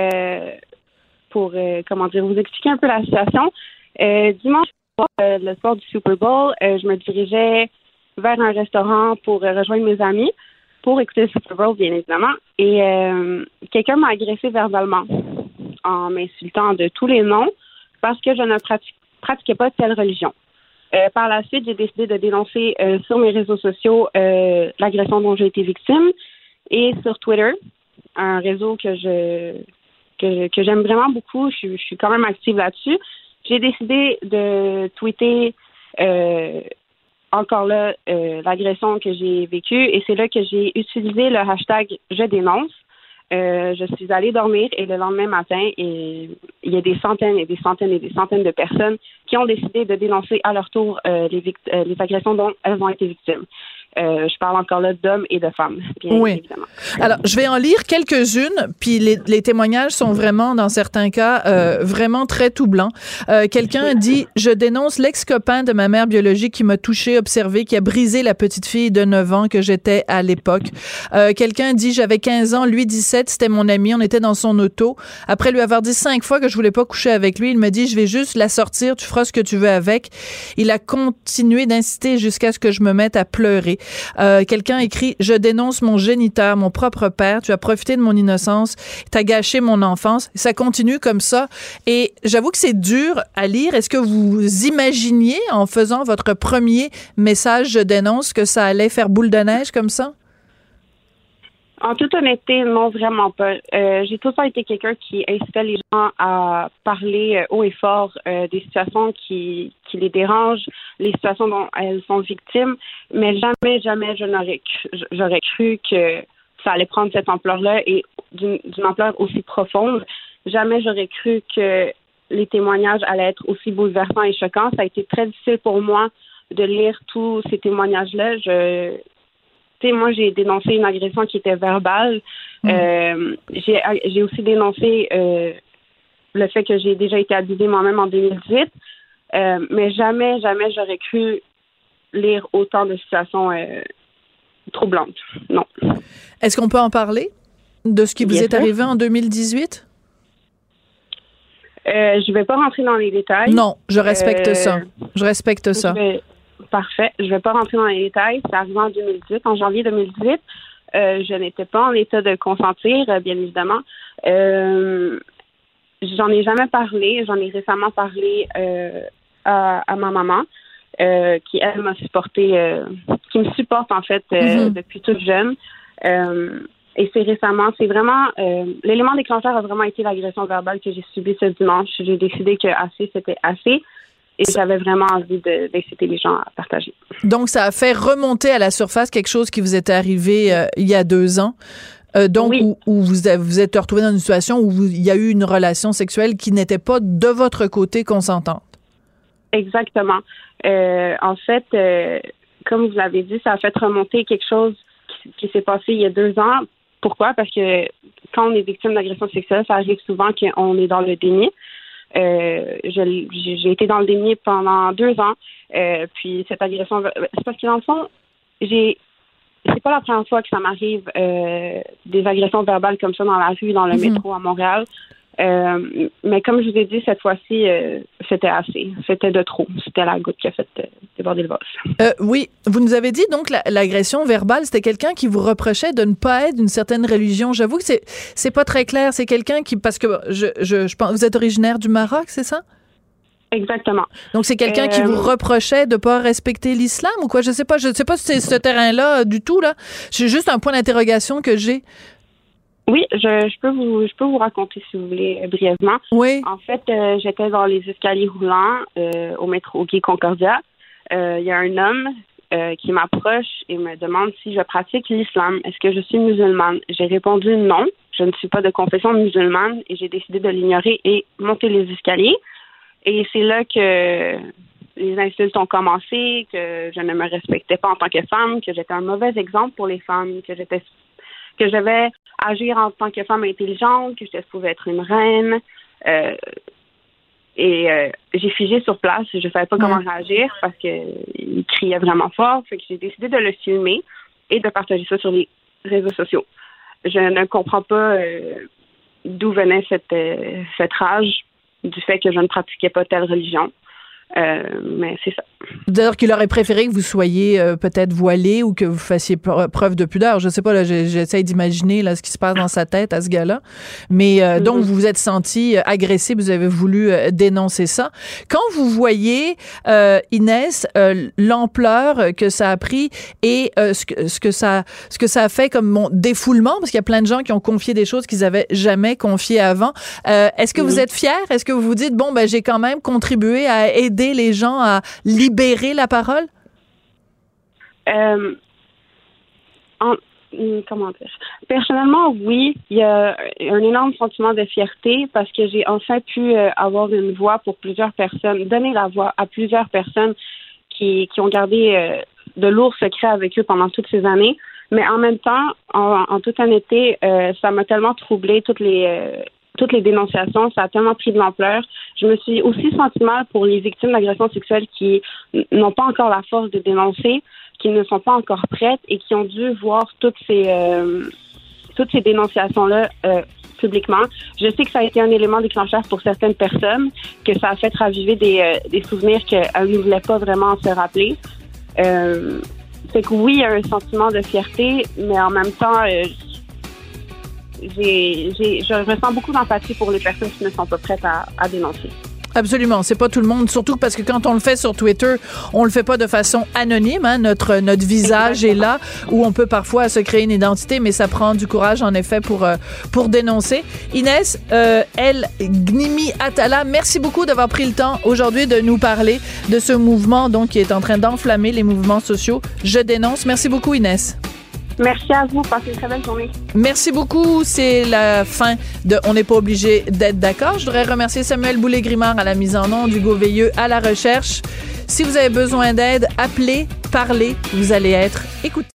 expliquer un peu la situation, dimanche soir, le soir du Super Bowl, je me dirigeais vers un restaurant pour rejoindre mes amis, pour écouter le Super Bowl, bien évidemment. Et quelqu'un m'a agressé verbalement en m'insultant de tous les noms parce que je ne pratiquais pas telle religion. Par la suite, j'ai décidé de dénoncer sur mes réseaux sociaux l'agression dont j'ai été victime et sur Twitter, un réseau que j'aime vraiment beaucoup. Je suis quand même active là-dessus. J'ai décidé de tweeter encore là l'agression que j'ai vécue et c'est là que j'ai utilisé le hashtag « Je dénonce ». je suis allée dormir et le lendemain matin, il y a des centaines et des centaines et des centaines de personnes qui ont décidé de dénoncer à leur tour les agressions dont elles ont été victimes. Je parle encore là d'hommes et de femmes, bien évidemment. Alors, je vais en lire quelques-unes, puis les témoignages sont vraiment, dans certains cas, vraiment très troublant. Quelqu'un dit « Je dénonce l'ex-copain de ma mère biologique qui m'a touché, observé, qui a brisé la petite fille de 9 ans que j'étais à l'époque. » Quelqu'un dit « J'avais 15 ans, lui 17, c'était mon ami, on était dans son auto. Après lui avoir dit 5 fois que je voulais pas coucher avec lui, il m'a dit « Je vais juste la sortir, tu feras ce que tu veux avec. » Il a continué d'insister jusqu'à ce que je me mette à pleurer. Quelqu'un écrit « Je dénonce mon géniteur, mon propre père. Tu as profité de mon innocence. T'as gâché mon enfance. » Ça continue comme ça. Et j'avoue que c'est dur à lire. Est-ce que vous imaginiez, en faisant votre premier message « Je dénonce », que ça allait faire boule de neige comme ça? En toute honnêteté, non, vraiment pas. J'ai tout le temps été quelqu'un qui incitait les gens à parler haut et fort des situations qui les dérangent, les situations dont elles sont victimes, mais jamais j'aurais cru que ça allait prendre cette ampleur-là et d'une ampleur aussi profonde. Jamais j'aurais cru que les témoignages allaient être aussi bouleversants et choquants. Ça a été très difficile pour moi de lire tous ces témoignages-là. Moi, j'ai dénoncé une agression qui était verbale. J'ai aussi dénoncé le fait que j'ai déjà été abusée moi-même en 2018. Mais jamais j'aurais cru lire autant de situations troublantes. Non. Est-ce qu'on peut en parler de ce qui vous est arrivé en 2018? Je vais pas rentrer dans les détails. Non, je respecte ça. Je respecte ça. Parfait. Je vais pas rentrer dans les détails. C'est arrivé en 2018. En janvier 2018, je n'étais pas en état de consentir, bien évidemment. J'en ai jamais parlé. J'en ai récemment parlé à ma maman, qui, elle, m'a supporté, qui me supporte, en fait, depuis toute jeune. Et c'est récemment, c'est vraiment, l'élément déclencheur a vraiment été l'agression verbale que j'ai subie ce dimanche. J'ai décidé que assez, c'était assez. Et j'avais vraiment envie d'inciter les gens à partager. Donc, ça a fait remonter à la surface quelque chose qui vous était arrivé il y a 2 ans. Donc, oui. où vous êtes retrouvé dans une situation où il y a eu une relation sexuelle qui n'était pas de votre côté consentante. Exactement. En fait, comme vous l'avez dit, ça a fait remonter quelque chose qui s'est passé il y a 2 ans. Pourquoi? Parce que quand on est victime d'agression sexuelle, ça arrive souvent qu'on est dans le déni. J'ai été dans le déni pendant 2 ans. Puis cette agression, c'est parce que dans le fond, c'est pas la première fois que ça m'arrive des agressions verbales comme ça dans la rue, dans le métro à Montréal. Mais comme je vous ai dit, cette fois-ci, c'était assez. C'était de trop. C'était la goutte qui a fait déborder le vase. Oui, vous nous avez dit donc l'agression verbale, c'était quelqu'un qui vous reprochait de ne pas être d'une certaine religion. J'avoue que c'est pas très clair. C'est quelqu'un qui, parce que je pense, vous êtes originaire du Maroc, c'est ça? Exactement. Donc c'est quelqu'un qui vous reprochait de pas respecter l'islam ou quoi? Je sais pas si c'est ce terrain-là du tout là. C'est juste un point d'interrogation que j'ai. Oui, je peux vous raconter si vous voulez brièvement. Oui. En fait, j'étais dans les escaliers roulants au métro Guy Concordia. Il y a un homme qui m'approche et me demande si je pratique l'islam. Est-ce que je suis musulmane? J'ai répondu non, je ne suis pas de confession musulmane et j'ai décidé de l'ignorer et monter les escaliers. Et c'est là que les insultes ont commencé, que je ne me respectais pas en tant que femme, que j'étais un mauvais exemple pour les femmes, que je devais agir en tant que femme intelligente, que je pouvais être une reine. J'ai figé sur place. Je ne savais pas comment réagir parce qu'il criait vraiment fort. Fait que j'ai décidé de le filmer et de partager ça sur les réseaux sociaux. Je ne comprends pas d'où venait cette rage du fait que je ne pratiquais pas telle religion. Mais c'est ça. D'ailleurs qu'il aurait préféré que vous soyez peut-être voilée ou que vous fassiez preuve de pudeur. Je sais pas, là, j'essaie d'imaginer là, ce qui se passe dans sa tête à ce gars-là. Mais donc, vous vous êtes senti agressé, vous avez voulu dénoncer ça. Quand vous voyez, Inès, l'ampleur que ça a pris et ce que ça a fait comme défoulement, parce qu'il y a plein de gens qui ont confié des choses qu'ils avaient jamais confiées avant. Est-ce que vous êtes fière? Est-ce que vous vous dites, bon, ben j'ai quand même contribué à aider les gens à comment dire? Personnellement, oui, il y a un énorme sentiment de fierté parce que j'ai enfin pu avoir une voix pour plusieurs personnes, donner la voix à plusieurs personnes qui ont gardé de lourds secrets avec eux pendant toutes ces années. Mais en même temps, en toute honnêteté, ça m'a tellement troublée, toutes les dénonciations, ça a tellement pris de l'ampleur. Je me suis aussi sentie mal pour les victimes d'agressions sexuelles qui n'ont pas encore la force de dénoncer, qui ne sont pas encore prêtes et qui ont dû voir toutes ces dénonciations-là publiquement. Je sais que ça a été un élément déclencheur pour certaines personnes, que ça a fait raviver des souvenirs qu'elles ne voulaient pas vraiment se rappeler. C'est que oui, il y a un sentiment de fierté, mais en même temps, je ressens beaucoup d'empathie pour les personnes qui ne sont pas prêtes à dénoncer. Absolument, c'est pas tout le monde, surtout parce que quand on le fait sur Twitter, on le fait pas de façon anonyme, hein, notre visage est là, où on peut parfois se créer une identité, mais ça prend du courage en effet pour dénoncer. Inès, El Gnimi Atala, merci beaucoup d'avoir pris le temps aujourd'hui de nous parler de ce mouvement donc qui est en train d'enflammer les mouvements sociaux. Je dénonce. Merci beaucoup Inès. Merci à vous. Passez une très belle journée. Merci beaucoup. C'est la fin de On n'est pas obligé d'être d'accord. Je voudrais remercier Samuel Boulay-Grimard à la mise en onde, Hugo Veilleux à la recherche. Si vous avez besoin d'aide, appelez, parlez. Vous allez être écoutés.